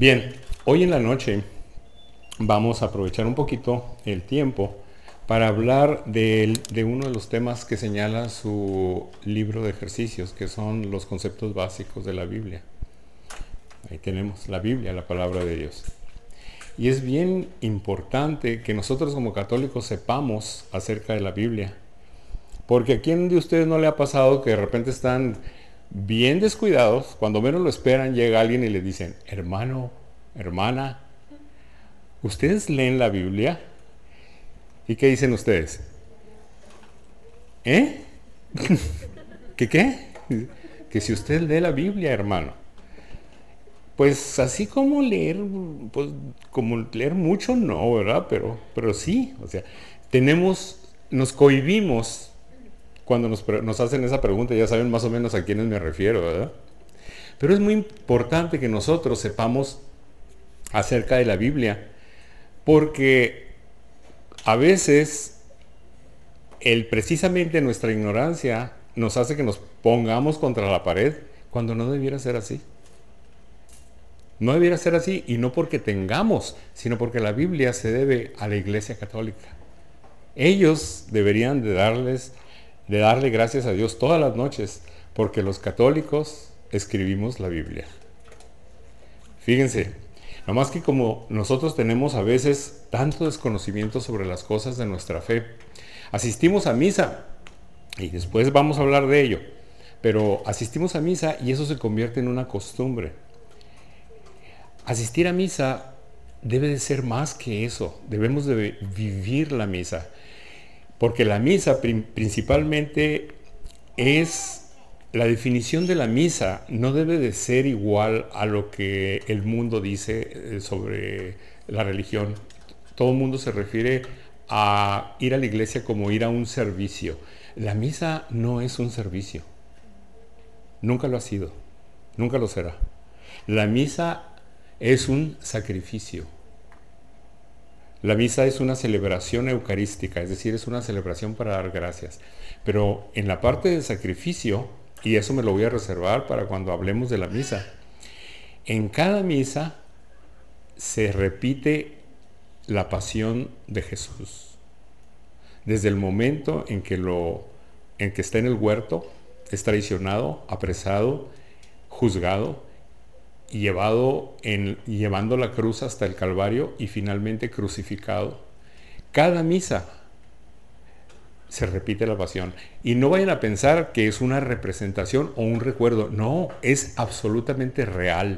Bien, hoy en la noche vamos a aprovechar un poquito el tiempo para hablar de uno de los temas que señala su libro de ejercicios, que son los conceptos básicos de la Biblia. Ahí tenemos la Biblia, la palabra de Dios. Y es bien importante que nosotros como católicos sepamos acerca de la Biblia. Porque a quién de ustedes no le ha pasado que de repente están bien descuidados, cuando menos lo esperan, llega alguien y le dicen, hermano, hermana, ¿ustedes leen la Biblia? ¿Y qué dicen ustedes? ¿Eh? ¿Qué qué? Que si usted lee la Biblia, hermano. Pues así como leer, pues como leer mucho no, ¿verdad? Pero sí, o sea, nos cohibimos cuando nos hacen esa pregunta, ya saben más o menos a quiénes me refiero, ¿verdad? Pero es muy importante que nosotros sepamos acerca de la Biblia, porque a veces precisamente nuestra ignorancia nos hace que nos pongamos contra la pared cuando no debiera ser así. No debiera ser así, y no porque tengamos, sino porque la Biblia se debe a la Iglesia Católica. Ellos deberían de darle gracias a Dios todas las noches, porque los católicos escribimos la Biblia. Fíjense, nomás que como nosotros tenemos a veces tanto desconocimiento sobre las cosas de nuestra fe, asistimos a misa, y después vamos a hablar de ello, pero asistimos a misa y eso se convierte en una costumbre. Asistir a misa debe de ser más que eso, debemos de vivir la misa, porque la misa principalmente es, la definición de la misa no debe de ser igual a lo que el mundo dice sobre la religión. Todo el mundo se refiere a ir a la iglesia como ir a un servicio. La misa no es un servicio, nunca lo ha sido, nunca lo será. La misa es un sacrificio. La misa es una celebración eucarística, es decir, es una celebración para dar gracias. Pero en la parte del sacrificio, y eso me lo voy a reservar para cuando hablemos de la misa, en cada misa se repite la pasión de Jesús. Desde el momento en que está en el huerto, es traicionado, apresado, juzgado, y llevando la cruz hasta el Calvario y finalmente crucificado. Cada misa se repite la pasión. Y no vayan a pensar que es una representación o un recuerdo. No, es absolutamente real.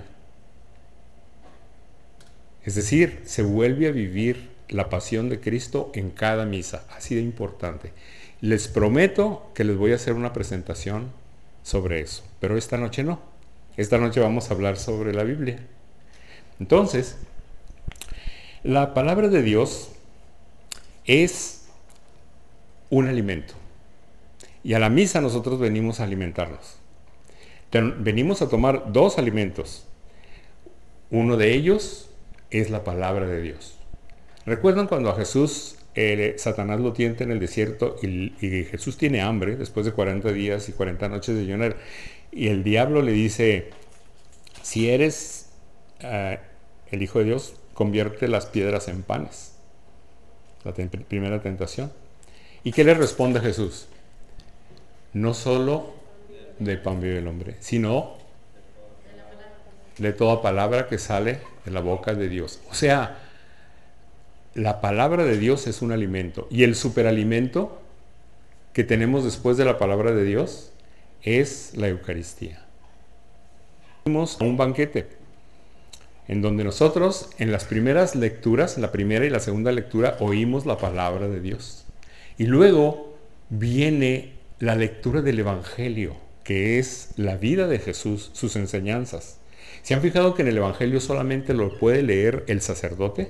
Es decir, se vuelve a vivir la pasión de Cristo en cada misa. Así de importante. Les prometo que les voy a hacer una presentación sobre eso. Pero esta noche no. Esta noche vamos a hablar sobre la Biblia. Entonces, la palabra de Dios es un alimento. Y a la misa nosotros venimos a alimentarnos. Venimos a tomar dos alimentos. Uno de ellos es la palabra de Dios. ¿Recuerdan cuando a Jesús Satanás lo tienta en el desierto y Jesús tiene hambre después de 40 días y 40 noches de ayunar? Y el diablo le dice, si eres el Hijo de Dios, convierte las piedras en panes. La primera tentación. ¿Y qué le responde Jesús? No solo de pan vive el hombre, sino de toda palabra que sale de la boca de Dios. O sea, la palabra de Dios es un alimento. Y el superalimento que tenemos después de la palabra de Dios es la Eucaristía. Fuimos a un banquete en donde nosotros en las primeras lecturas, la primera y la segunda lectura, oímos la palabra de Dios. Y luego viene la lectura del Evangelio, que es la vida de Jesús, sus enseñanzas. ¿Se han fijado que en el Evangelio solamente lo puede leer el sacerdote?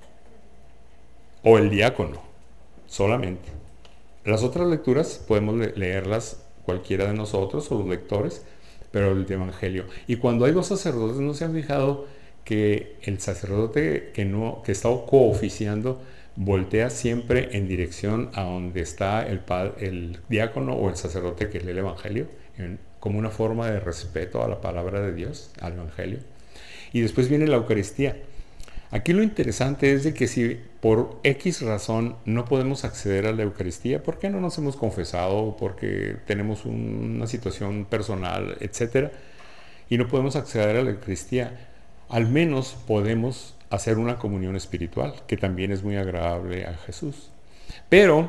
O el diácono, solamente. Las otras lecturas podemos leerlas cualquiera de nosotros o los lectores, pero el Evangelio. Y cuando hay dos sacerdotes, ¿no se han fijado que el sacerdote que está cooficiando voltea siempre en dirección a donde está el diácono o el sacerdote que lee el Evangelio, como una forma de respeto a la palabra de Dios, al Evangelio? y después viene la Eucaristía. Aquí lo interesante es de que si por X razón no podemos acceder a la Eucaristía, ¿por qué no nos hemos confesado? Porque tenemos una situación personal, etcétera, y no podemos acceder a la Eucaristía, al menos podemos hacer una comunión espiritual, que también es muy agradable a Jesús. Pero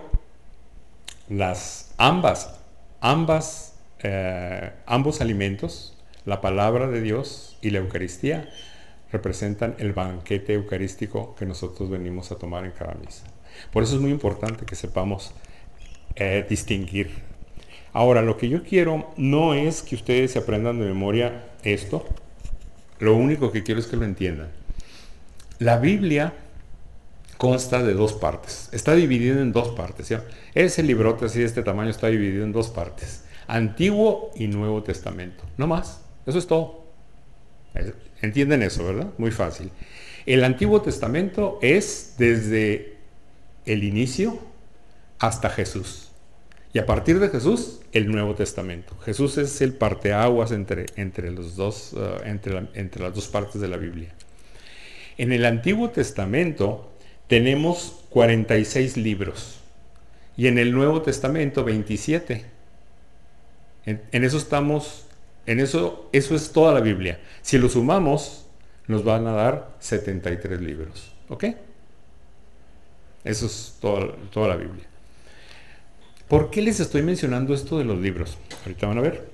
ambos alimentos, la palabra de Dios y la Eucaristía, representan el banquete eucarístico que nosotros venimos a tomar en cada misa. Por eso es muy importante que sepamos distinguir. Ahora, lo que yo quiero no es que ustedes se aprendan de memoria esto, lo único que quiero es que lo entiendan. La Biblia consta de dos partes, está dividido en dos partes, ¿sí? Ese librote así de este tamaño está dividido en dos partes, Antiguo y Nuevo Testamento, no más, eso es todo. Entienden eso, ¿verdad? Muy fácil. El Antiguo Testamento es desde el inicio hasta Jesús. Y a partir de Jesús, el Nuevo Testamento. Jesús es el parteaguas entre las dos partes de la Biblia. En el Antiguo Testamento tenemos 46 libros. Y en el Nuevo Testamento, 27. En eso estamos. Eso es toda la Biblia. Si lo sumamos, nos van a dar 73 libros. ¿Ok? Eso es toda la Biblia. ¿Por qué les estoy mencionando esto de los libros? Ahorita van a ver.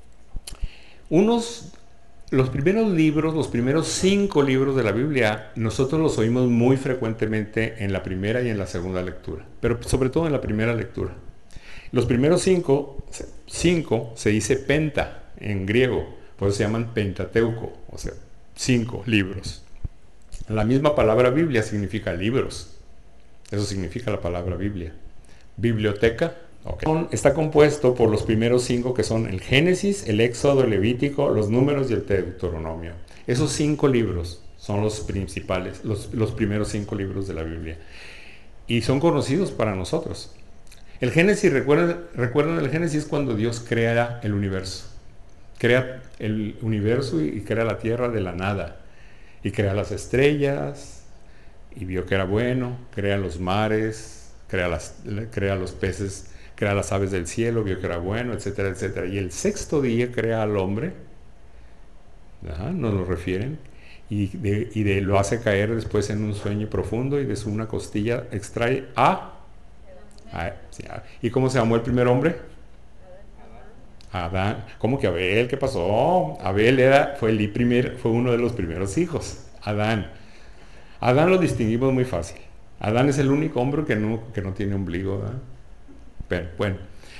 Los primeros libros, los primeros 5 libros de la Biblia, nosotros los oímos muy frecuentemente en la primera y en la segunda lectura, pero sobre todo en la primera lectura. Los primeros 5 se dice penta en griego, por eso se llaman Pentateuco, o sea, 5 libros. La misma palabra Biblia significa libros, eso significa la palabra Biblia. Biblioteca, okay. Está compuesto por los primeros 5 que son el Génesis, el Éxodo, el Levítico, los Números y el Deuteronomio. Esos 5 libros son los principales, los primeros 5 libros de la Biblia. Y son conocidos para nosotros. El Génesis, recuerdan el Génesis cuando Dios crea el universo. Crea el universo y crea la tierra de la nada. Y crea las estrellas, y vio que era bueno, crea los mares, crea los peces, crea las aves del cielo, vio que era bueno, etcétera, etcétera. Y el sexto día crea al hombre, nos lo refieren, y lo hace caer después en un sueño profundo, y de una costilla extrae ¿y cómo se llamó el primer hombre? Adán. ¿Cómo que Abel? ¿Qué pasó? Abel fue uno de los primeros hijos. Adán lo distinguimos muy fácil. Adán es el único hombre que no tiene ombligo, ¿verdad? Pero bueno,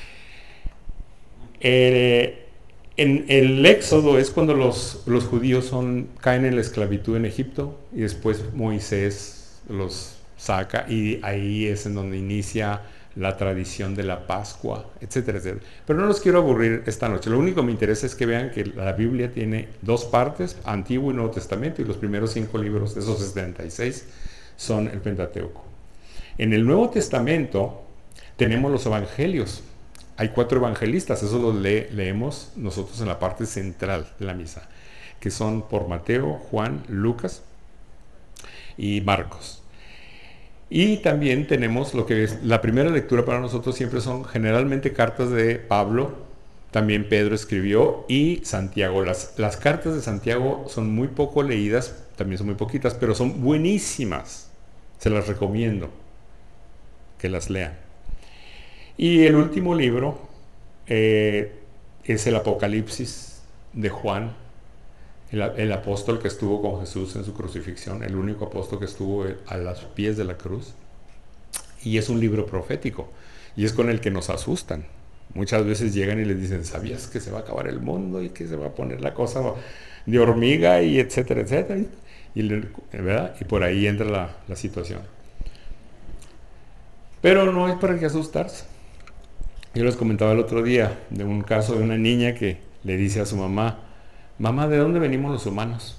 en el Éxodo es cuando los judíos caen en la esclavitud en Egipto, y después Moisés los saca, y ahí es en donde inicia la tradición de la Pascua, etcétera, etcétera. Pero no los quiero aburrir esta noche. Lo único que me interesa es que vean que la Biblia tiene dos partes, Antiguo y Nuevo Testamento, y los primeros 5 libros de esos 76 son el Pentateuco. En el Nuevo Testamento tenemos los evangelios. Hay 4 evangelistas, eso los leemos nosotros en la parte central de la misa, que son por Mateo, Juan, Lucas y Marcos. Y también tenemos lo que es la primera lectura para nosotros, siempre son generalmente cartas de Pablo, también Pedro escribió, y Santiago. Las cartas de Santiago son muy poco leídas, también son muy poquitas, pero son buenísimas. Se las recomiendo que las lean. Y el último libro es el Apocalipsis de Juan, el apóstol que estuvo con Jesús en su crucifixión, el único apóstol que estuvo a los pies de la cruz. Y es un libro profético, y es con el que nos asustan. Muchas veces llegan y les dicen, ¿sabías que se va a acabar el mundo y que se va a poner la cosa de hormiga y etcétera, etcétera? ¿Verdad? Y por ahí entra la situación. Pero no es para que asustarse. Yo les comentaba el otro día de un caso de una niña que le dice a su mamá, mamá, ¿de dónde venimos los humanos?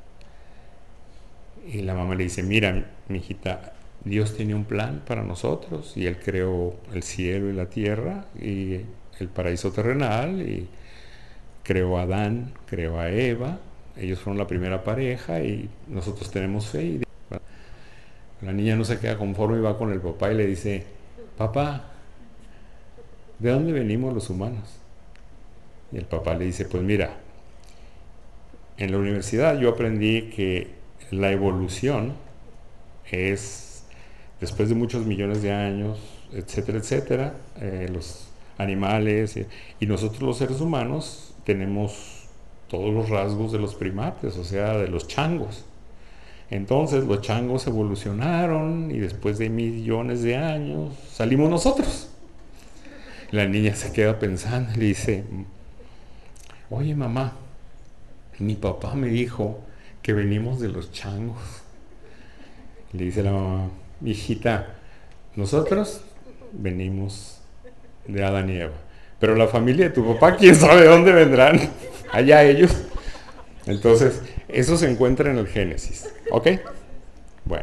Y la mamá le dice, mira, mijita, Dios tiene un plan para nosotros, y Él creó el cielo y la tierra y el paraíso terrenal, y creó a Adán, creó a Eva, ellos fueron la primera pareja y nosotros tenemos fe. Y la niña no se queda conforme y va con el papá y le dice, papá, ¿de dónde venimos los humanos? Y el papá le dice, pues mira, en la universidad yo aprendí que la evolución es, después de muchos millones de años, etcétera, etcétera, los animales y nosotros los seres humanos tenemos todos los rasgos de los primates, o sea, de los changos. Entonces los changos evolucionaron y después de millones de años salimos nosotros. La niña se queda pensando y le dice, oye mamá, mi papá me dijo que venimos de los changos. Le dice la mamá, hijita, nosotros venimos de Adán y Eva, pero la familia de tu papá, quién sabe de dónde vendrán, allá ellos. Entonces, eso se encuentra en el Génesis, ¿ok? Bueno.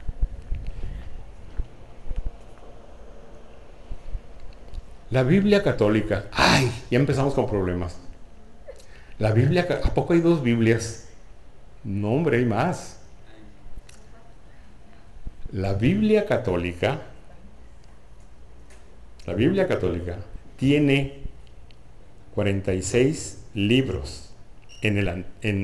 La Biblia católica, ¡ay! Ya empezamos con problemas. La Biblia, ¿a poco hay dos Biblias? No, hombre, hay más. La Biblia católica tiene 46 libros en el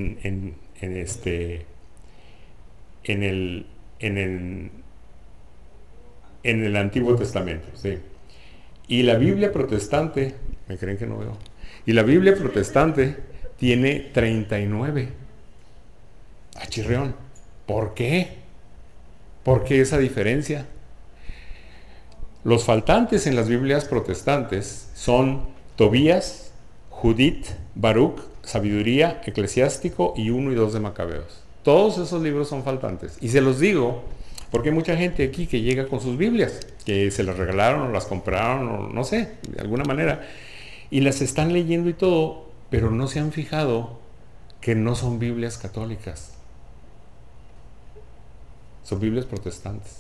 Antiguo Testamento, sí. Y la Biblia protestante, ¿me creen que no veo? Y la Biblia protestante tiene 39. ¡Ah, chirrión! ¿Por qué? ¿Por qué esa diferencia? Los faltantes en las Biblias protestantes son Tobías, Judith, Baruch, Sabiduría, Eclesiástico y 1 y 2 de Macabeos. Todos esos libros son faltantes. Y se los digo porque hay mucha gente aquí que llega con sus Biblias, que se las regalaron o las compraron o no sé, de alguna manera, y las están leyendo y todo, pero no se han fijado que no son Biblias católicas. Son Biblias protestantes.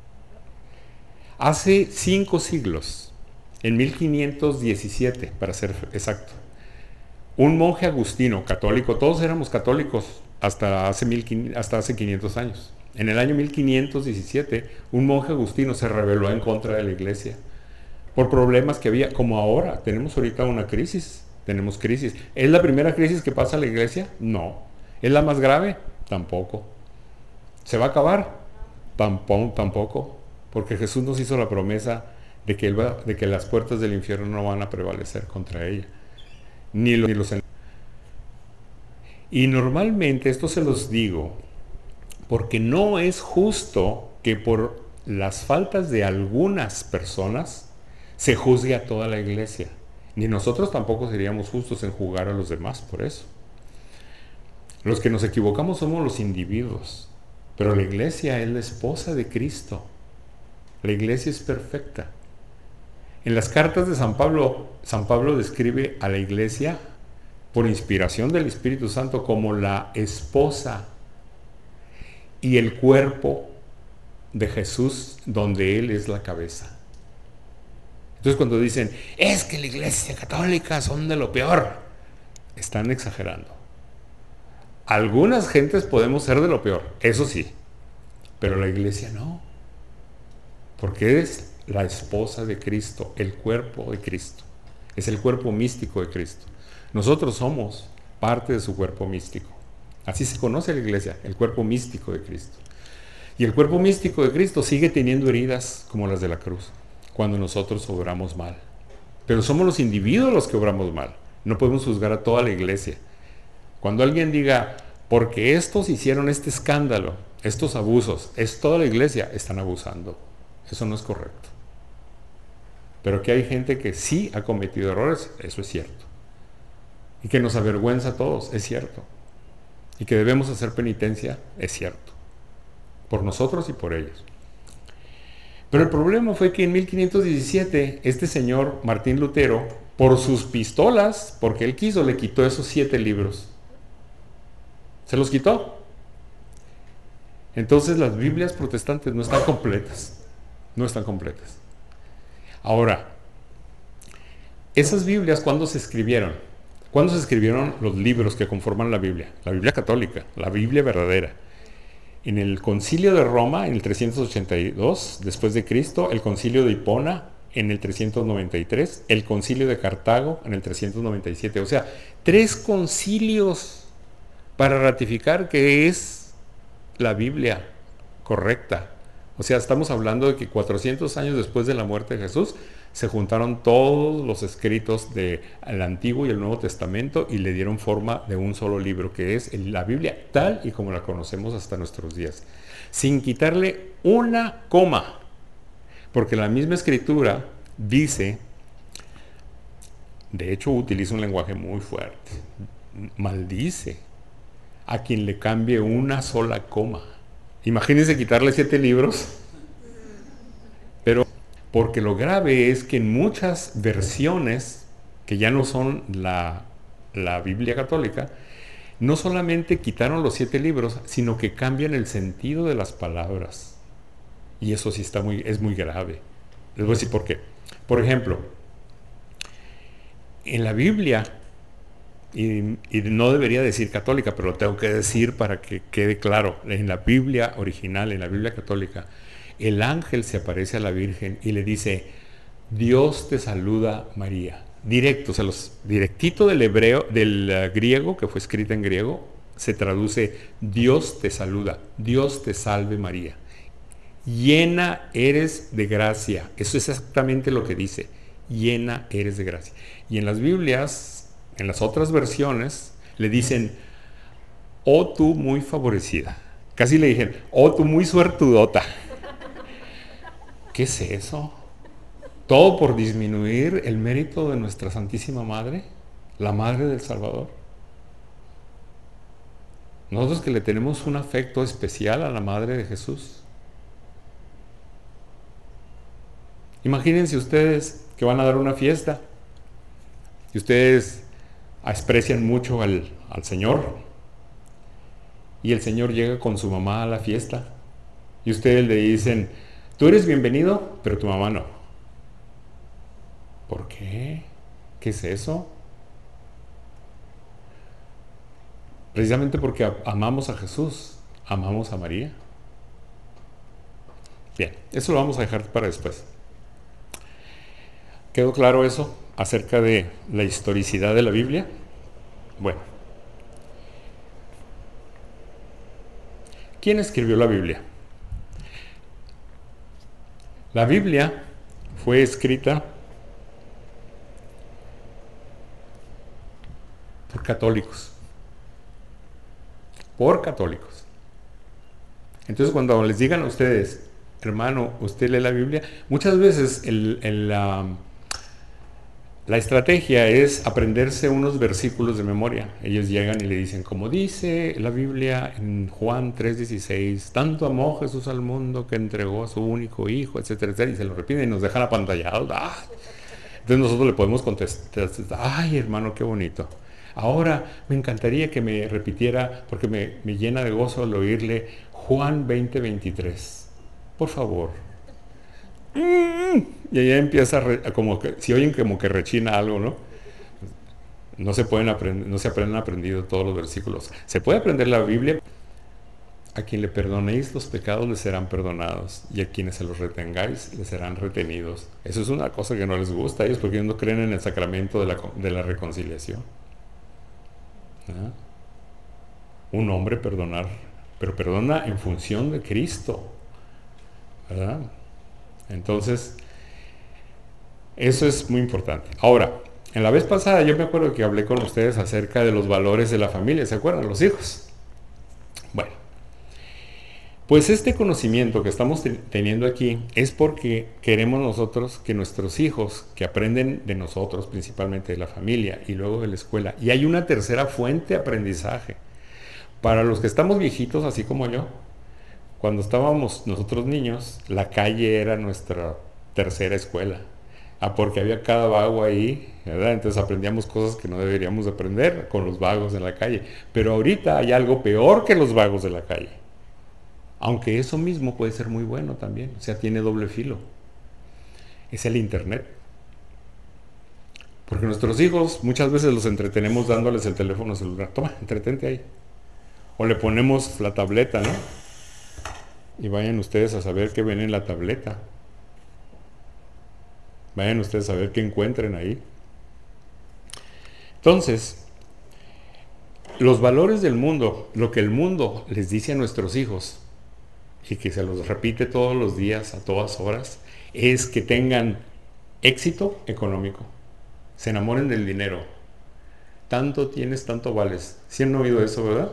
Hace 5 siglos, en 1517, para ser exacto, un monje agustino, católico, todos éramos católicos hasta hace 500 años. En el año 1517, un monje agustino se rebeló en contra de la iglesia por problemas que había, como ahora. Tenemos ahorita una crisis, tenemos crisis. ¿Es la primera crisis que pasa a la iglesia? No. ¿Es la más grave? Tampoco. ¿Se va a acabar? Tampoco. Porque Jesús nos hizo la promesa de que las puertas del infierno no van a prevalecer contra ella. Y normalmente esto se los digo porque no es justo que por las faltas de algunas personas se juzgue a toda la iglesia. Ni nosotros tampoco seríamos justos en juzgar a los demás por eso. Los que nos equivocamos somos los individuos, pero la iglesia es la esposa de Cristo. La iglesia es perfecta. En las cartas de San Pablo describe a la iglesia por inspiración del Espíritu Santo como la esposa y el cuerpo de Jesús, donde Él es la cabeza. Entonces cuando dicen, es que la iglesia católica son de lo peor, están exagerando. Algunas gentes podemos ser de lo peor, eso sí, pero la iglesia no, porque es la esposa de Cristo, el cuerpo de Cristo, es el cuerpo místico de Cristo. Nosotros somos parte de su cuerpo místico. Así se conoce a la iglesia, el cuerpo místico de Cristo. Y el cuerpo místico de Cristo sigue teniendo heridas como las de la cruz, cuando nosotros obramos mal. Pero somos los individuos los que obramos mal. No podemos juzgar a toda la iglesia. Cuando alguien diga, porque estos hicieron este escándalo, estos abusos, es toda la iglesia, están abusando. Eso no es correcto. Pero que hay gente que sí ha cometido errores, eso es cierto. Y que nos avergüenza a todos, es cierto. Y que debemos hacer penitencia, es cierto. Por nosotros y por ellos. Pero el problema fue que en 1517, este señor Martín Lutero, por sus pistolas, porque él quiso, le quitó esos 7 libros. Se los quitó. Entonces las Biblias protestantes no están completas. No están completas. Ahora, esas Biblias, ¿cuándo se escribieron? ¿Cuándo se escribieron los libros que conforman la Biblia? La Biblia católica, la Biblia verdadera. En el Concilio de Roma, en el 382 después de Cristo, el Concilio de Hipona en el 393, el Concilio de Cartago en el 397. O sea, 3 concilios para ratificar que es la Biblia correcta. O sea, estamos hablando de que 400 años después de la muerte de Jesús se juntaron todos los escritos del Antiguo y el Nuevo Testamento y le dieron forma de un solo libro, que es la Biblia tal y como la conocemos hasta nuestros días, sin quitarle una coma, porque la misma escritura dice, de hecho utiliza un lenguaje muy fuerte, maldice a quien le cambie una sola coma. Imagínense quitarle 7 libros, pero porque lo grave es que en muchas versiones, que ya no son la Biblia católica, no solamente quitaron los 7 libros, sino que cambian el sentido de las palabras. Y eso sí es muy grave. Les voy a decir por qué. Por ejemplo, en la Biblia, y no debería decir católica, pero lo tengo que decir para que quede claro, en la Biblia original, en la Biblia católica, el ángel se aparece a la Virgen y le dice, Dios te saluda María. Directo, o sea, directito del hebreo, del griego, que fue escrita en griego, se traduce Dios te saluda, Dios te salve María. Llena eres de gracia. Eso es exactamente lo que dice. Llena eres de gracia. Y en las Biblias, en las otras versiones, le dicen, oh tú muy favorecida. Casi le dijeron, oh tú muy suertudota. ¿Qué es eso? ¿Todo por disminuir el mérito de nuestra Santísima Madre, la Madre del Salvador? Nosotros que le tenemos un afecto especial a la Madre de Jesús. Imagínense ustedes que van a dar una fiesta y ustedes aprecian mucho al Señor y el Señor llega con su mamá a la fiesta y ustedes le dicen, tú eres bienvenido, pero tu mamá no. ¿Por qué? ¿Qué es eso? Precisamente porque amamos a Jesús, amamos a María. Bien, eso lo vamos a dejar para después. ¿Quedó claro eso acerca de la historicidad de la Biblia? Bueno. ¿Quién escribió la Biblia? La Biblia fue escrita por católicos. Por católicos. Entonces cuando les digan a ustedes, hermano, ¿usted lee la Biblia? Muchas veces la estrategia es aprenderse unos versículos de memoria. Ellos llegan y le dicen, como dice la Biblia en Juan 3:16, tanto amó Jesús al mundo que entregó a su único hijo, etcétera, etcétera, y se lo repiten y nos dejan apantallados. Entonces nosotros le podemos contestar, ay hermano, qué bonito. Ahora me encantaría que me repitiera, porque me llena de gozo al oírle Juan 20:23. Por favor. Y allá empieza como que, si oyen como que rechina algo, ¿no? No se aprenden aprendido todos los versículos. Se puede aprender la Biblia. A quien le perdonéis los pecados les serán perdonados, y a quienes se los retengáis les serán retenidos. Eso es una cosa que no les gusta a ellos, porque ellos no creen en el sacramento de la reconciliación. ¿Ah? Un hombre perdonar, pero perdona en función de Cristo, ¿verdad? Entonces, eso es muy importante. Ahora, en la vez pasada yo me acuerdo que hablé con ustedes acerca de los valores de la familia, ¿se acuerdan? Los hijos. Bueno, pues este conocimiento que estamos teniendo aquí es porque queremos nosotros que nuestros hijos, que aprenden de nosotros, principalmente de la familia y luego de la escuela, y hay una tercera fuente de aprendizaje. Para los que estamos viejitos, así como yo, cuando estábamos nosotros niños, la calle era nuestra tercera escuela. Porque había cada vago ahí, ¿verdad? Entonces aprendíamos cosas que no deberíamos aprender con los vagos de la calle. Pero ahorita hay algo peor que los vagos de la calle. Aunque eso mismo puede ser muy bueno también, o sea, tiene doble filo. Es el Internet. Porque nuestros hijos muchas veces los entretenemos dándoles el teléfono celular. Toma, entretente ahí. O le ponemos la tableta, ¿no? Y vayan ustedes a saber qué ven en la tableta. Vayan ustedes a ver qué encuentren ahí. Entonces, los valores del mundo, lo que el mundo les dice a nuestros hijos, y que se los repite todos los días, a todas horas, es que tengan éxito económico. Se enamoren del dinero. Tanto tienes, tanto vales. ¿Sí han oído eso, verdad?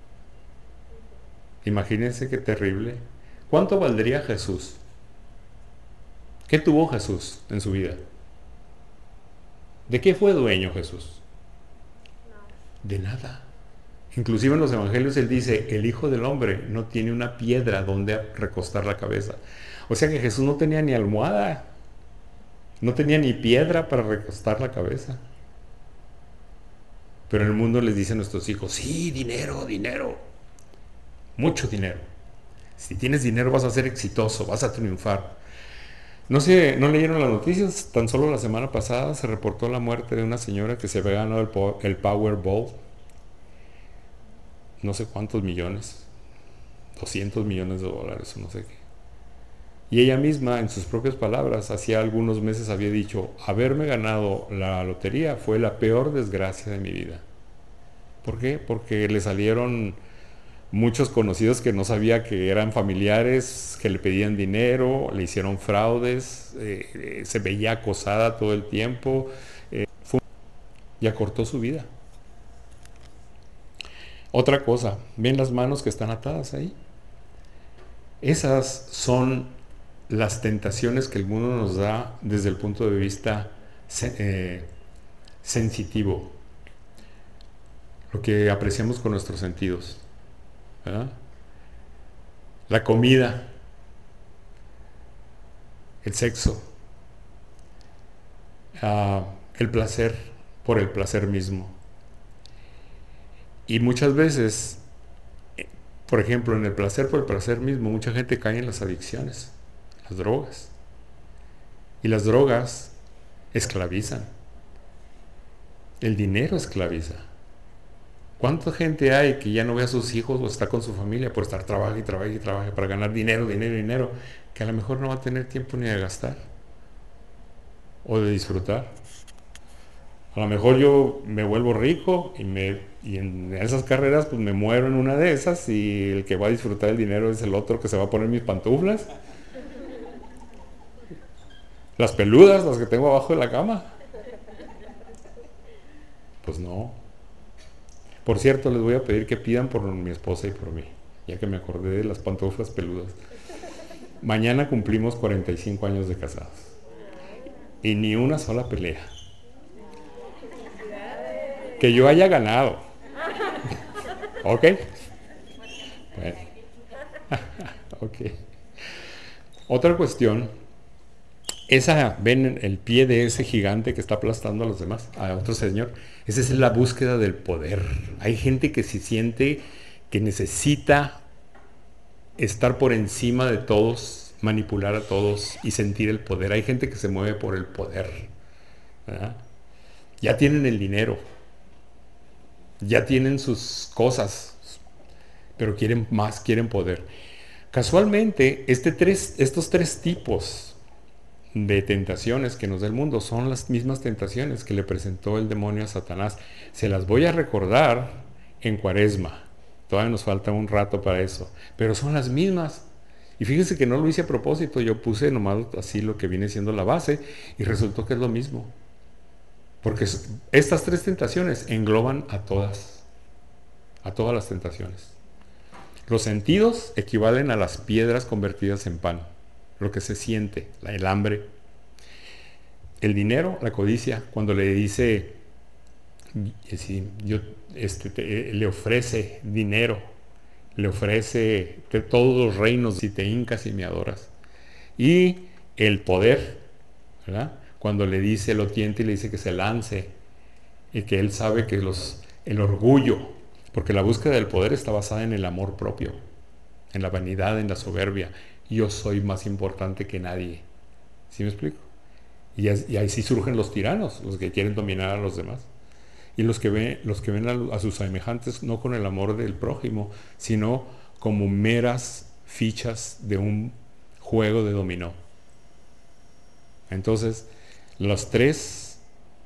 Imagínense qué terrible. ¿Cuánto valdría Jesús? ¿Qué tuvo Jesús en su vida? ¿De qué fue dueño Jesús? De nada. Inclusive en los evangelios él dice, el Hijo del Hombre no tiene una piedra donde recostar la cabeza. O sea que Jesús no tenía ni almohada, no tenía ni piedra para recostar la cabeza. Pero el mundo les dice a nuestros hijos, sí, dinero, dinero, mucho dinero. Si tienes dinero vas a ser exitoso, vas a triunfar. No sé, ¿no leyeron las noticias? Tan solo la semana pasada se reportó la muerte de una señora que se había ganado el Powerball. No sé cuántos millones, 200 millones de dólares o no sé qué. Y ella misma, en sus propias palabras, hacía algunos meses había dicho, haberme ganado la lotería fue la peor desgracia de mi vida. ¿Por qué? Porque le salieron muchos conocidos que no sabía que eran familiares, que le pedían dinero, le hicieron fraudes, se veía acosada todo el tiempo, y acortó su vida. Otra cosa, ¿ven las manos que están atadas ahí? Esas son las tentaciones que el mundo nos da desde el punto de vista sensitivo, lo que apreciamos con nuestros sentidos, ¿verdad? La comida, el sexo, el placer por el placer mismo. Y muchas veces, por ejemplo, en el placer por el placer mismo, mucha gente cae en las adicciones, las drogas. Y las drogas esclavizan. El dinero esclaviza. ¿Cuánta gente hay que ya no ve a sus hijos o está con su familia por estar trabaje y trabaje y trabaje para ganar dinero, dinero, dinero, que a lo mejor no va a tener tiempo ni de gastar o de disfrutar? A lo mejor yo me vuelvo rico y en esas carreras pues me muero en una de esas y el que va a disfrutar el dinero es el otro que se va a poner mis pantuflas, las peludas, las que tengo abajo de la cama. Pues no. Por cierto, les voy a pedir que pidan por mi esposa y por mí, ya que me acordé de las pantuflas peludas. Mañana cumplimos 45 años de casados y ni una sola pelea que yo haya ganado. ¿Ok? Bueno. Ok. Otra cuestión, ven el pie de ese gigante que está aplastando a los demás, a otro señor. Esa es la búsqueda del poder. Hay gente que se siente que necesita estar por encima de todos, manipular a todos y sentir el poder. Hay gente que se mueve por el poder, ¿verdad? Ya tienen el dinero, ya tienen sus cosas, pero quieren más, quieren poder. Casualmente, estos tres tipos de tentaciones que nos da el mundo son las mismas tentaciones que le presentó el demonio a Satanás. Se las voy a recordar en Cuaresma. Todavía nos falta un rato para eso, pero son las mismas. Y fíjense que no lo hice a propósito, yo puse nomás así lo que viene siendo la base y resultó que es lo mismo. Porque estas tres tentaciones engloban a todas las tentaciones. Los sentidos equivalen a las piedras convertidas en pan, lo que se siente, el hambre. El dinero, la codicia, cuando le dice, le ofrece dinero, le ofrece todos los reinos si te hincas y me adoras. Y el poder, ¿verdad? Cuando le dice, lo tienta y le dice que se lance, y que él sabe que el orgullo, porque la búsqueda del poder está basada en el amor propio, en la vanidad, en la soberbia. Yo soy más importante que nadie. ¿Sí me explico? Y ahí sí surgen los tiranos, los que quieren dominar a los demás. Y los que ven a sus semejantes no con el amor del prójimo, sino como meras fichas de un juego de dominó. Entonces, los tres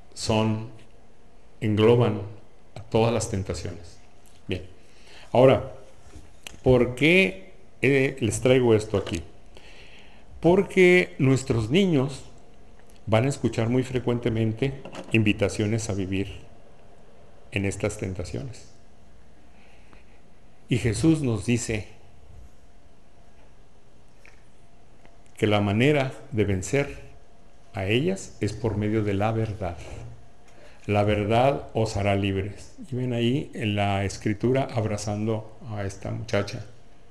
engloban a todas las tentaciones. Bien. Ahora, ¿por qué les traigo esto aquí? Porque nuestros niños van a escuchar muy frecuentemente invitaciones a vivir en estas tentaciones. Y Jesús nos dice que la manera de vencer a ellas es por medio de la verdad. La verdad os hará libres. Y ven ahí en la escritura abrazando a esta muchacha.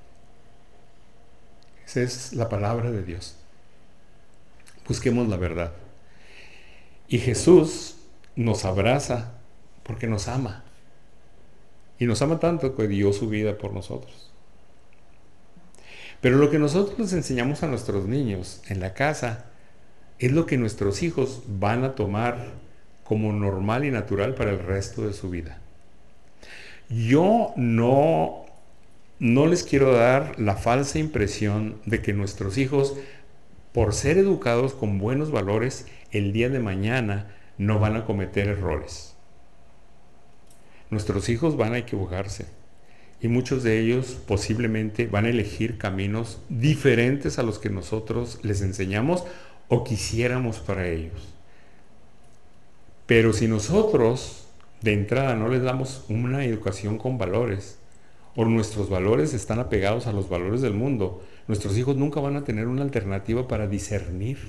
Esa es la palabra de Dios. Busquemos la verdad. Y Jesús nos abraza porque nos ama. Y nos ama tanto que dio su vida por nosotros. Pero lo que nosotros les enseñamos a nuestros niños en la casa es lo que nuestros hijos van a tomar como normal y natural para el resto de su vida. Yo no les quiero dar la falsa impresión de que nuestros hijos, por ser educados con buenos valores, el día de mañana no van a cometer errores. Nuestros hijos van a equivocarse y muchos de ellos posiblemente van a elegir caminos diferentes a los que nosotros les enseñamos o quisiéramos para ellos. Pero si nosotros de entrada no les damos una educación con valores, o nuestros valores están apegados a los valores del mundo, nuestros hijos nunca van a tener una alternativa para discernir.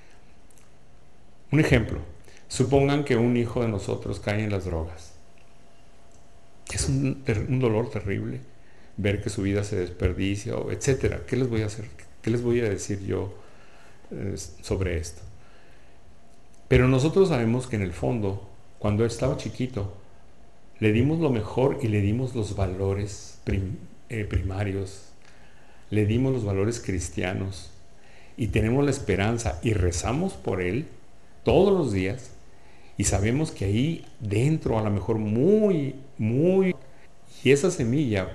Un ejemplo, supongan que un hijo de nosotros cae en las drogas. Es un dolor terrible ver que su vida se desperdicia, etc. ¿Qué les voy a hacer? ¿Qué les voy a decir yo sobre esto? Pero nosotros sabemos que en el fondo, cuando él estaba chiquito, le dimos lo mejor y le dimos los valores primarios, le dimos los valores cristianos y tenemos la esperanza y rezamos por él todos los días y sabemos que ahí dentro, a lo mejor muy, y esa semilla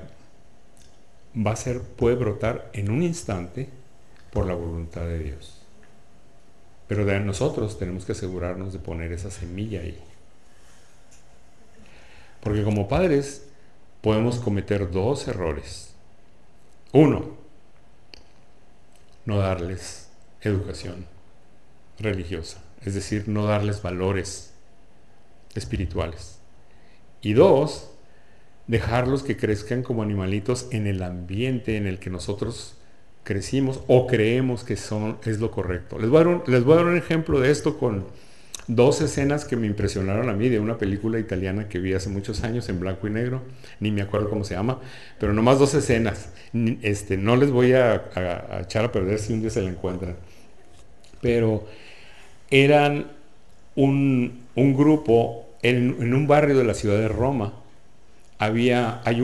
puede brotar en un instante por la voluntad de Dios. Pero de nosotros tenemos que asegurarnos de poner esa semilla ahí. Porque como padres podemos cometer dos errores. Uno, no darles educación religiosa, es decir, no darles valores espirituales. Y dos, dejarlos que crezcan como animalitos en el ambiente en el que nosotros crecimos o creemos que es lo correcto. Les voy a dar un ejemplo de esto con dos escenas que me impresionaron a mí de una película italiana que vi hace muchos años en blanco y negro, ni me acuerdo cómo se llama, pero nomás dos escenas. No les voy a echar a perder si un día se la encuentran. Pero eran un grupo en un barrio de la ciudad de Roma. Hay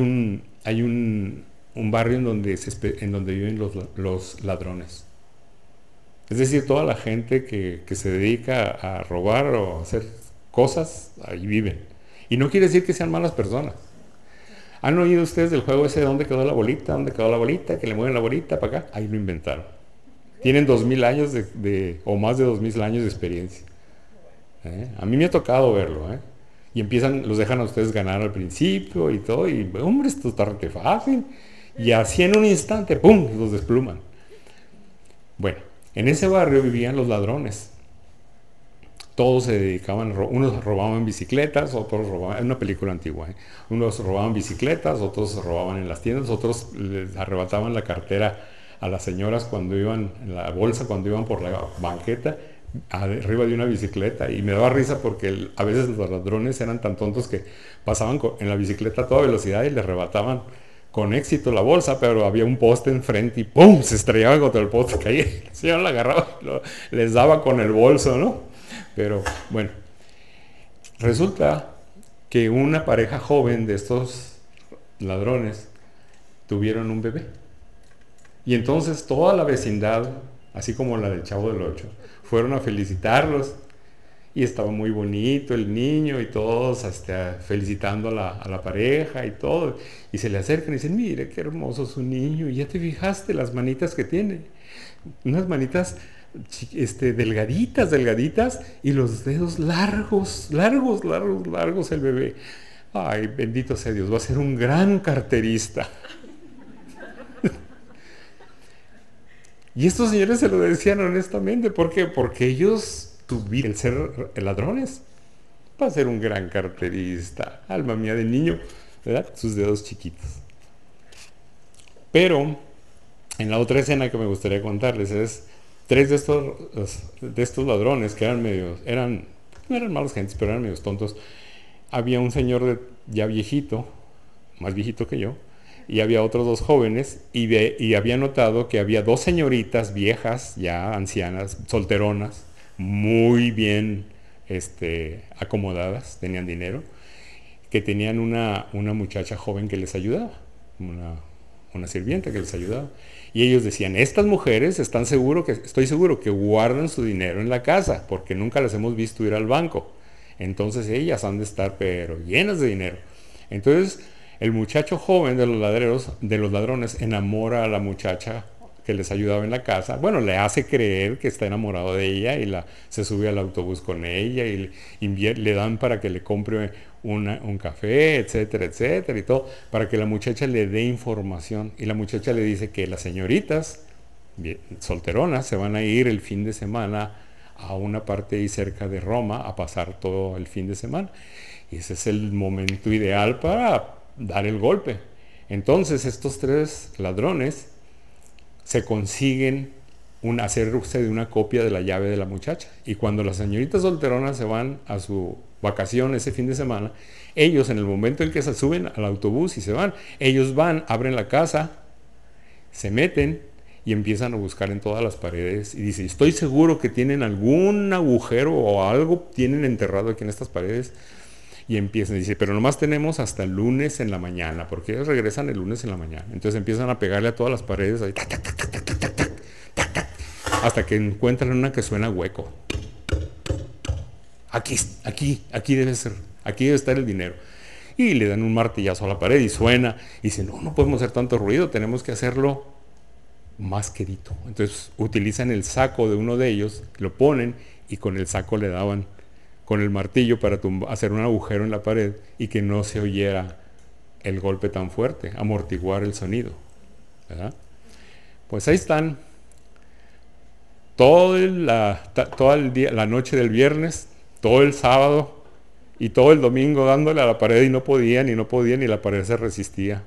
un barrio en donde viven los ladrones. Es decir, toda la gente que se dedica a robar o a hacer cosas, ahí viven. Y no quiere decir que sean malas personas. ¿Han oído ustedes del juego ese de dónde quedó la bolita? ¿Dónde quedó la bolita? Que le mueven la bolita para acá. Ahí lo inventaron. Tienen 2000 años o más de 2000 años de experiencia. A mí me ha tocado verlo. Y los dejan a ustedes ganar al principio y todo. Y hombre, esto está re fácil. Y así en un instante, ¡pum!, los despluman. Bueno, en ese barrio vivían los ladrones. Todos se dedicaban, unos robaban bicicletas, otros robaban, es una película antigua, unos robaban bicicletas, otros robaban en las tiendas, otros les arrebataban la cartera a las señoras cuando iban, en la bolsa cuando iban por la banqueta, arriba de una bicicleta. Y me daba risa porque a veces los ladrones eran tan tontos que pasaban en la bicicleta a toda velocidad y le arrebataban con éxito la bolsa, pero había un poste enfrente y ¡pum!, se estrellaba contra el poste, caía, el señor la agarraba, les daba con el bolso, ¿no? Pero bueno, resulta que una pareja joven de estos ladrones tuvieron un bebé. Y entonces toda la vecindad así como la del Chavo del Ocho. Fueron a felicitarlos y estaba muy bonito el niño y todos felicitando a la pareja y todo. Y se le acercan y dicen, mire qué hermoso su niño, y ya te fijaste las manitas que tiene. Unas manitas delgaditas, delgaditas, y los dedos largos, largos, largos, largos el bebé. Ay, bendito sea Dios, va a ser un gran carterista. Y estos señores se lo decían honestamente. ¿Por qué? Porque ellos tuvieron el ser ladrones. Va a ser un gran carterista. Alma mía de niño, ¿verdad? Sus dedos chiquitos. Pero, en la otra escena que me gustaría contarles es, tres de estos ladrones que eran no eran malos gentes, pero eran medios tontos. Había un señor ya viejito, más viejito que yo, y había otros dos jóvenes, y había notado que había dos señoritas viejas, ya ancianas, solteronas, muy bien acomodadas, tenían dinero, que tenían una muchacha joven que les ayudaba, una sirvienta que les ayudaba. Y ellos decían, estas mujeres estoy seguro que guardan su dinero en la casa, porque nunca las hemos visto ir al banco. Entonces ellas han de estar pero llenas de dinero. Entonces el muchacho joven de los ladrones enamora a la muchacha que les ayudaba en la casa. Bueno, le hace creer que está enamorado de ella y se sube al autobús con ella y le dan para que le compre un café, etcétera, etcétera, y todo, para que la muchacha le dé información. Y la muchacha le dice que las señoritas solteronas se van a ir el fin de semana a una parte ahí cerca de Roma a pasar todo el fin de semana. Y ese es el momento ideal para dar el golpe. Entonces estos tres ladrones se consiguen hacerse de una copia de la llave de la muchacha. Y cuando las señoritas solteronas se van a su vacación ese fin de semana, ellos en el momento en que se suben al autobús y se van, ellos van, abren la casa, se meten y empiezan a buscar en todas las paredes y dice, estoy seguro que tienen algún agujero o algo tienen enterrado aquí en estas paredes. Y empiezan, dice, pero nomás tenemos hasta el lunes en la mañana, porque ellos regresan el lunes en la mañana. Entonces empiezan a pegarle a todas las paredes ahí, hasta que encuentran una que suena hueco. Aquí debe ser, aquí debe estar el dinero. Y le dan un martillazo a la pared y suena. Y dicen, no podemos hacer tanto ruido, tenemos que hacerlo más quedito. Entonces utilizan el saco de uno de ellos, lo ponen y con el saco le daban con el martillo para hacer un agujero en la pared y que no se oyera el golpe tan fuerte, amortiguar el sonido, ¿verdad? Pues ahí están toda la noche del viernes, todo el sábado y todo el domingo dándole a la pared y no podían y la pared se resistía.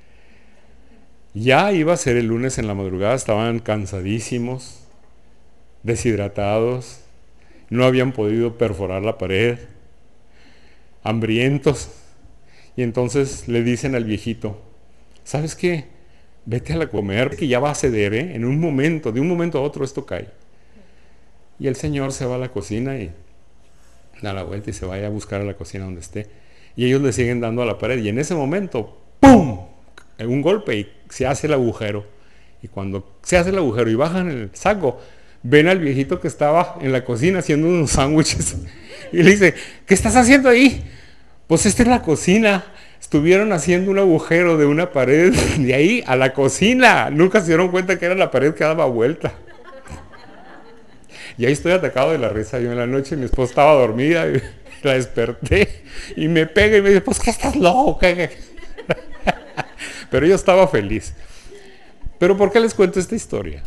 Ya iba a ser el lunes en la madrugada, estaban cansadísimos, deshidratados, no habían podido perforar la pared, hambrientos. Y entonces le dicen al viejito, ¿sabes qué? Vete a comer, que ya va a ceder, ¿eh? En un momento, de un momento a otro esto cae. Y el señor se va a la cocina y da la vuelta y se vaya a buscar a la cocina donde esté. Y ellos le siguen dando a la pared. Y en ese momento, ¡pum!, un golpe y se hace el agujero. Y cuando se hace el agujero y bajan el saco, ven al viejito que estaba en la cocina haciendo unos sándwiches. Y le dice, ¿qué estás haciendo ahí? Pues esta es la cocina. Estuvieron haciendo un agujero de una pared de ahí a la cocina. Nunca se dieron cuenta que era la pared que daba vuelta. Y ahí estoy atacado de la risa. Yo en la noche mi esposa estaba dormida y la desperté y me pega y me dice, pues ¿qué estás loco? Pero yo estaba feliz. ¿Pero por qué les cuento esta historia?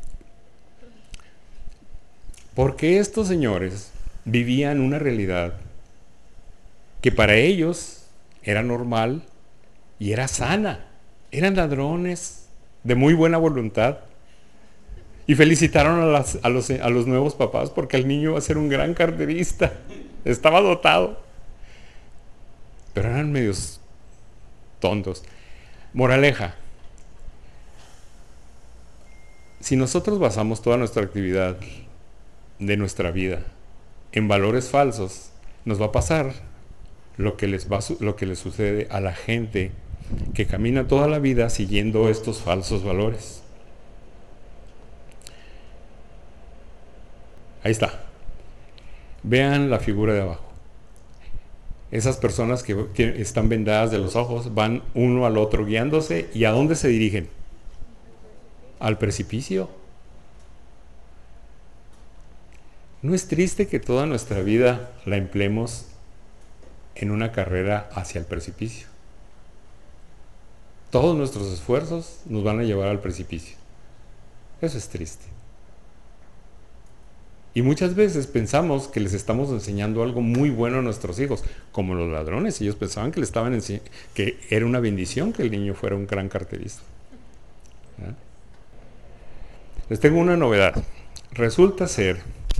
Porque estos señores vivían una realidad que para ellos era normal y era sana. Eran ladrones de muy buena voluntad. Y felicitaron a los nuevos papás porque el niño iba a ser un gran carterista. Estaba dotado. Pero eran medios tontos. Moraleja. Si nosotros basamos toda nuestra actividad de nuestra vida en valores falsos, nos va a pasar lo que les sucede a la gente que camina toda la vida siguiendo estos falsos valores. Ahí está. Vean la figura de abajo. Esas personas que están vendadas de los ojos van uno al otro guiándose. ¿Y a dónde se dirigen? Al precipicio. ¿No es triste que toda nuestra vida la empleemos en una carrera hacia el precipicio? Todos nuestros esfuerzos nos van a llevar al precipicio. Eso es triste. Y muchas veces pensamos que les estamos enseñando algo muy bueno a nuestros hijos, como los ladrones. Ellos pensaban que que era una bendición que el niño fuera un gran carterista. ¿Eh? Les tengo una novedad. Resulta ser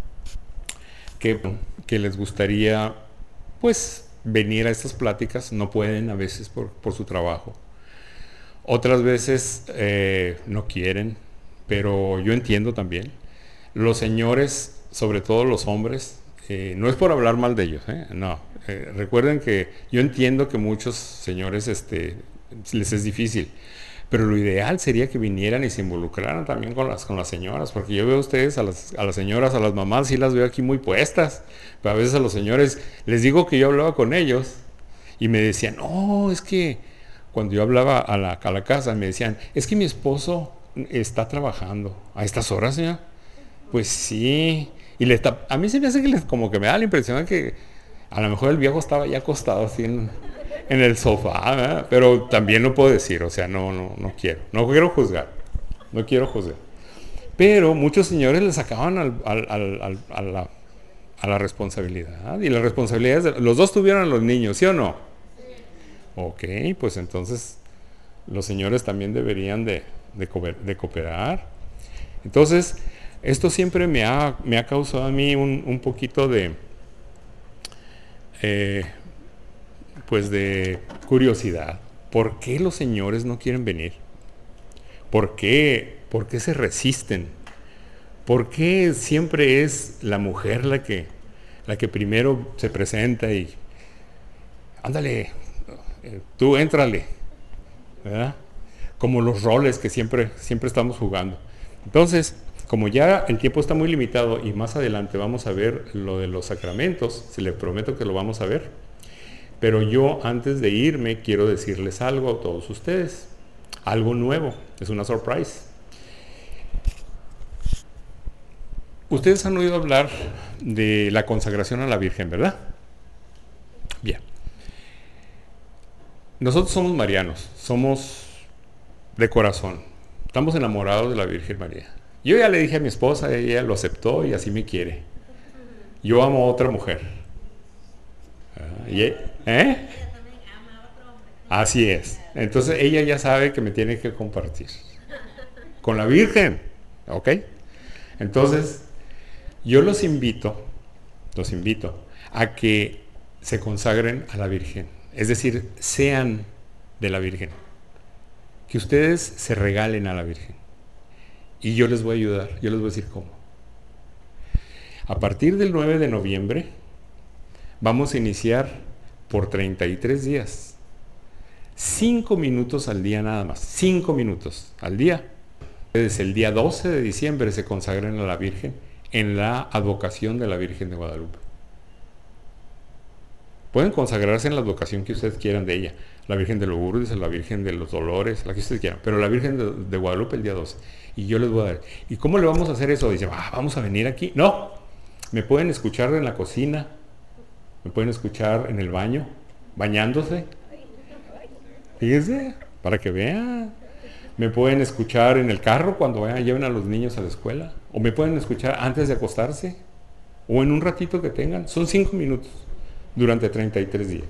que les gustaría, pues, venir a estas pláticas. No pueden a veces por su trabajo. Otras veces no quieren, pero yo entiendo también. Los señores, sobre todo los hombres, no es por hablar mal de ellos, no. Recuerden que yo entiendo que muchos señores les es difícil, pero lo ideal sería que vinieran y se involucraran también con las señoras, porque yo veo a ustedes, a las señoras, a las mamás, sí las veo aquí muy puestas, pero a veces a los señores les digo que yo hablaba con ellos y me decían, no, es que cuando yo hablaba a la casa me decían, es que mi esposo está trabajando a estas horas, señora. Pues sí, y a mí se me hace que como que me da la impresión de que a lo mejor el viejo estaba ya acostado así en el sofá, ¿verdad? Pero también lo puedo decir, o sea, no quiero juzgar, no quiero juzgar. Pero muchos señores le sacaban a la responsabilidad, y la responsabilidad es los dos tuvieron a los niños, ¿sí o no? Sí. Ok, pues entonces los señores también deberían de cooperar. Entonces, esto siempre me ha causado a mí un poquito de pues de curiosidad. ¿Por qué los señores no quieren venir? ¿Por qué se resisten? ¿Por qué siempre es la mujer la que primero se presenta y ándale, tú éntrale, ¿verdad? Como los roles que siempre estamos jugando. Entonces, como ya el tiempo está muy limitado y más adelante vamos a ver lo de los sacramentos, se les prometo que lo vamos a ver, pero yo antes de irme quiero decirles algo a todos ustedes, algo nuevo, es una surprise. Ustedes han oído hablar de la consagración a la Virgen, ¿verdad? Bien. Nosotros somos marianos, somos de corazón, estamos enamorados de la Virgen María. Yo ya le dije a mi esposa, ella lo aceptó y así me quiere. Yo amo a otra mujer. Así es. Entonces ella ya sabe que me tiene que compartir con la Virgen, ¿ok? Entonces yo los invito a que se consagren a la Virgen, es decir, sean de la Virgen, que ustedes se regalen a la Virgen. Y yo les voy a ayudar, yo les voy a decir cómo. A partir del 9 de noviembre vamos a iniciar por 33 días. 5 minutos al día nada más, 5 minutos al día. Desde el día 12 de diciembre se consagran a la Virgen en la advocación de la Virgen de Guadalupe. Pueden consagrarse en la advocación que ustedes quieran de ella. La Virgen de Lourdes, la Virgen de los Dolores, la que ustedes quieran. Pero la Virgen de Guadalupe el día 12. Y yo les voy a dar. ¿Y cómo le vamos a hacer eso? Dicen, vamos a venir aquí. No, me pueden escuchar en la cocina. Me pueden escuchar en el baño, bañándose. Fíjense, para que vean. Me pueden escuchar en el carro cuando lleven a los niños a la escuela. O me pueden escuchar antes de acostarse. O en un ratito que tengan. Son 5 minutos durante 33 días.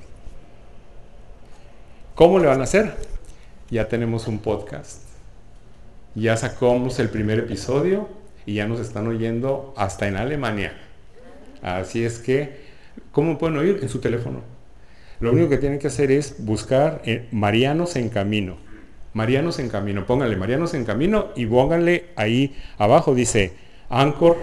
¿Cómo le van a hacer? Ya tenemos un podcast. Ya sacamos el primer episodio y ya nos están oyendo hasta en Alemania. Así es que, ¿cómo pueden oír? En su teléfono. Lo único que tienen que hacer es buscar Marianos en Camino. Marianos en Camino. Pónganle Marianos en Camino y pónganle ahí abajo. Dice Anchor,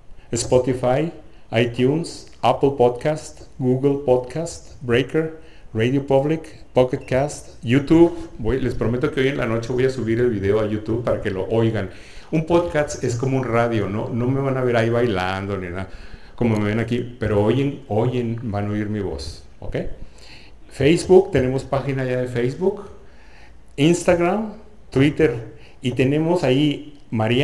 Spotify, iTunes, Apple Podcast, Google Podcast, Breaker, Radio Public, Pocket Cast, YouTube. Les prometo que hoy en la noche voy a subir el video a YouTube para que lo oigan. Un podcast es como un radio, no me van a ver ahí bailando ni nada, como me ven aquí, pero oyen, van a oír mi voz, ¿ok? Facebook, tenemos página ya de Facebook, Instagram, Twitter, y tenemos ahí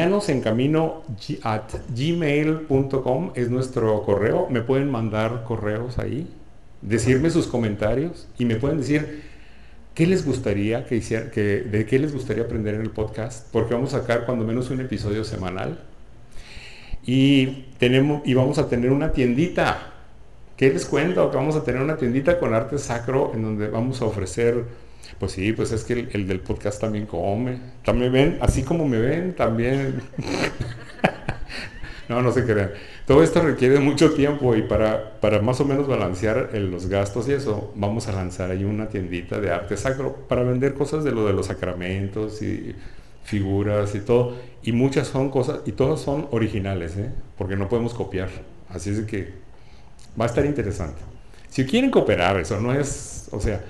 marianosencamino@gmail.com es nuestro correo. Me pueden mandar correos ahí, decirme sus comentarios y me pueden decir qué les gustaría que hiciera, de qué les gustaría aprender en el podcast, porque vamos a sacar cuando menos un episodio semanal y vamos a tener una tiendita. ¿Qué les cuento? Que vamos a tener una tiendita con arte sacro en donde vamos a ofrecer, pues sí, pues es que el del podcast también come. También ven, así como me ven, también. No se crean. Todo esto requiere mucho tiempo y para más o menos balancear los gastos y eso, vamos a lanzar ahí una tiendita de arte sacro para vender cosas de los sacramentos y figuras y todo. Y muchas son cosas, y todas son originales, porque no podemos copiar. Así es que va a estar interesante. Si quieren cooperar, eso no es, o sea,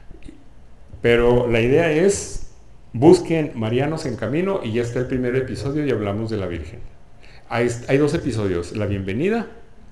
pero la idea es, busquen Marianos en Camino y ya está el primer episodio y hablamos de la Virgen. Hay 2 episodios, la bienvenida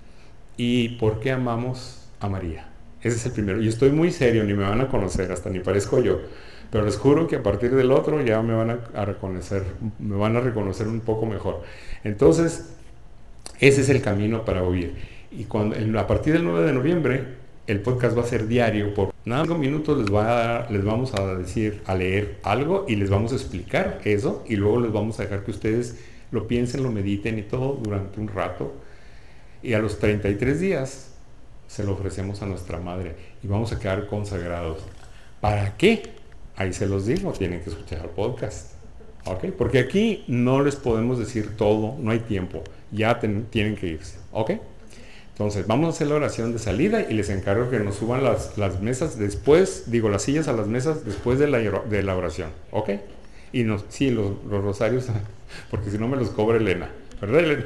y por qué amamos a María. Ese es el primero. Y estoy muy serio, ni me van a conocer, hasta ni parezco yo. Pero les juro que a partir del otro ya me van a reconocer un poco mejor. Entonces, ese es el camino para oír. Y a partir del 9 de noviembre, el podcast va a ser diario. Por 5 minutos les vamos a leer algo y les vamos a explicar eso. Y luego les vamos a dejar que ustedes lo piensen, lo mediten y todo durante un rato. Y a los 33 días se lo ofrecemos a nuestra madre y vamos a quedar consagrados. ¿Para qué? Ahí se los digo, tienen que escuchar el podcast. ¿Ok? Porque aquí no les podemos decir todo, no hay tiempo. Ya tienen que irse. ¿Ok? Entonces, vamos a hacer la oración de salida y les encargo que nos suban las mesas después, las sillas a las mesas después de la oración, ¿ok? Y los rosarios, porque si no me los cobra Elena, ¿verdad, Elena?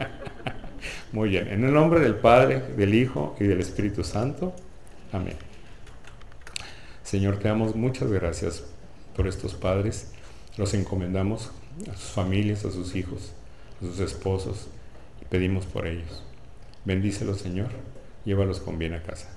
Muy bien, en el nombre del Padre, del Hijo y del Espíritu Santo, amén. Señor, te damos muchas gracias por estos padres, los encomendamos a sus familias, a sus hijos, a sus esposos, y pedimos por ellos. Bendícelos, Señor, llévalos con bien a casa.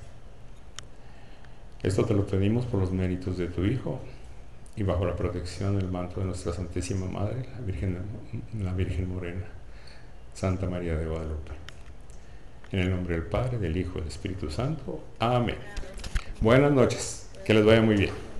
Esto te lo pedimos por los méritos de tu Hijo y bajo la protección del manto de nuestra Santísima Madre, la Virgen Morena, Santa María de Guadalupe. En el nombre del Padre, del Hijo y del Espíritu Santo. Amén. Buenas noches. Que les vaya muy bien.